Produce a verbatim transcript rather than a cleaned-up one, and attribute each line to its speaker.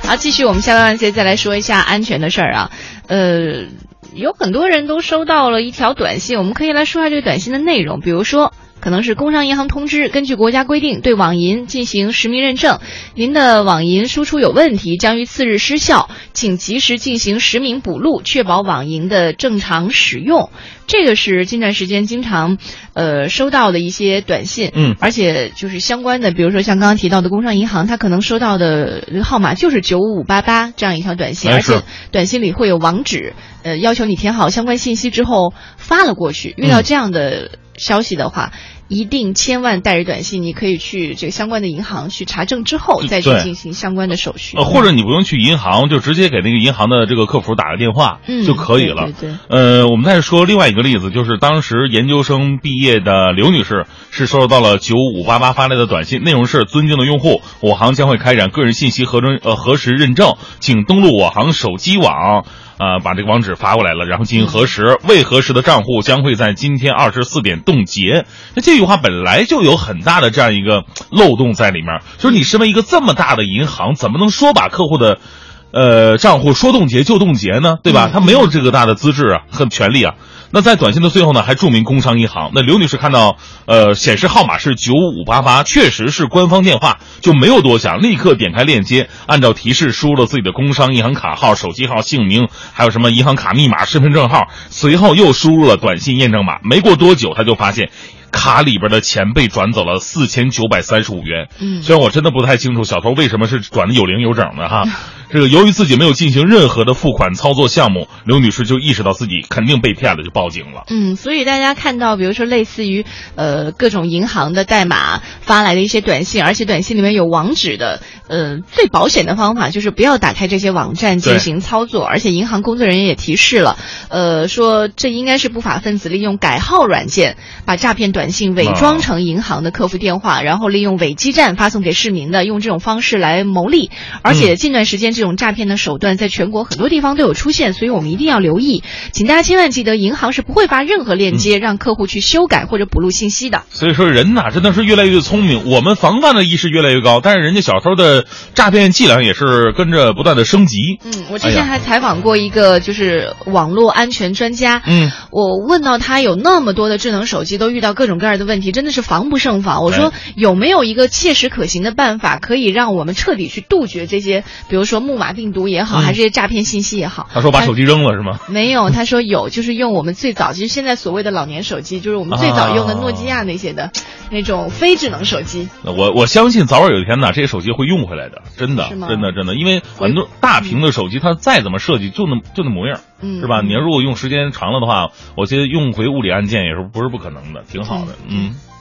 Speaker 1: 好，继续我们下半段再来说一下安全的事儿啊。呃，有很多人都收到了一条短信，我们可以来说一下这个短信的内容，比如说。可能是工商银行通知，根据国家规定对网银进行实名认证，您的网银输出有问题，将于次日失效，请及时进行实名补录，确保网银的正常使用。这个是近段时间经常呃收到的一些短信，
Speaker 2: 嗯，
Speaker 1: 而且就是相关的，比如说像刚刚提到的工商银行，它可能收到的号码就是九五五八八这样一条短信，而且短信里会有网址，呃，要求你填好相关信息之后发了过去。遇到这样的消息的话，一定千万带着短信，你可以去这个相关的银行去查证之后再去进行相关的手续。
Speaker 2: 呃，或者你不用去银行，就直接给那个银行的这个客服打个电话、嗯、就可以了。
Speaker 1: 对对对。
Speaker 2: 呃，我们再说另外一个例子，就是当时研究生毕业的刘女士是收到了九五八八发来的短信，内容是：尊敬的用户，我行将会开展个人信息核准呃核实认证，请登录我行手机网。呃，把这个网址发过来了，然后进行核实，未核实的账户将会在今天二十四点冻结。那这句话本来就有很大的这样一个漏洞在里面，就是你身为一个这么大的银行，怎么能说把客户的呃账户说冻结就冻结呢？对吧？他没有这个大的资质啊和权利啊。那在短信的最后呢，还注明工商银行。那刘女士看到呃显示号码是九五八八，确实是官方电话，就没有多想，立刻点开链接，按照提示输入了自己的工商银行卡号、手机号、姓名，还有什么银行卡密码、身份证号，随后又输入了短信验证码。没过多久，她就发现卡里边的钱被转走了四千九百三十五元。嗯，虽然我真的不太清楚小偷为什么是转的有零有整的哈。这个由于自己没有进行任何的付款操作项目，刘女士就意识到自己肯定被骗了，就报警了。
Speaker 1: 嗯，所以大家看到比如说类似于呃各种银行的代码发来的一些短信，而且短信里面有网址的，呃最保险的方法就是不要打开这些网站进行操作。而且银行工作人员也提示了，呃说这应该是不法分子利用改号软件把诈骗短信伪装成银行的客服电话，然后利用伪基站发送给市民的，用这种方式来牟利。而且近段时间这种诈骗的手段在全国很多地方都有出现，所以我们一定要留意，请大家千万记得，银行是不会发任何链接让客户去修改或者补录信息的。
Speaker 2: 所以说人呐，真的是越来越聪明，我们防范的意识越来越高，但是人家小偷的诈骗伎俩也是跟着不断的升级。
Speaker 1: 嗯，我之前还采访过一个就是网络安全专家，嗯，我问到他有那么多的智能手机都遇到各种各样的问题，真的是防不胜防。我说有没有一个切实可行的办法，可以让我们彻底去杜绝这些，比如说木马病毒也好，嗯、还是这些诈骗信息也好？
Speaker 2: 他说把手机扔了是吗？
Speaker 1: 没有，他说有，就是用我们最早，就是现在所谓的老年手机，就是我们最早用的诺基亚那些的、啊、那种非智能手机。
Speaker 2: 我我相信早晚有一天呢，这些手机会用回来的，真的，真的，真的，因为很多大屏的手机，它再怎么设计就那就那模样。嗯，是吧？你要如果用时间长了的话，我觉得用回物理按键也是不是不可能的，挺好的。嗯。嗯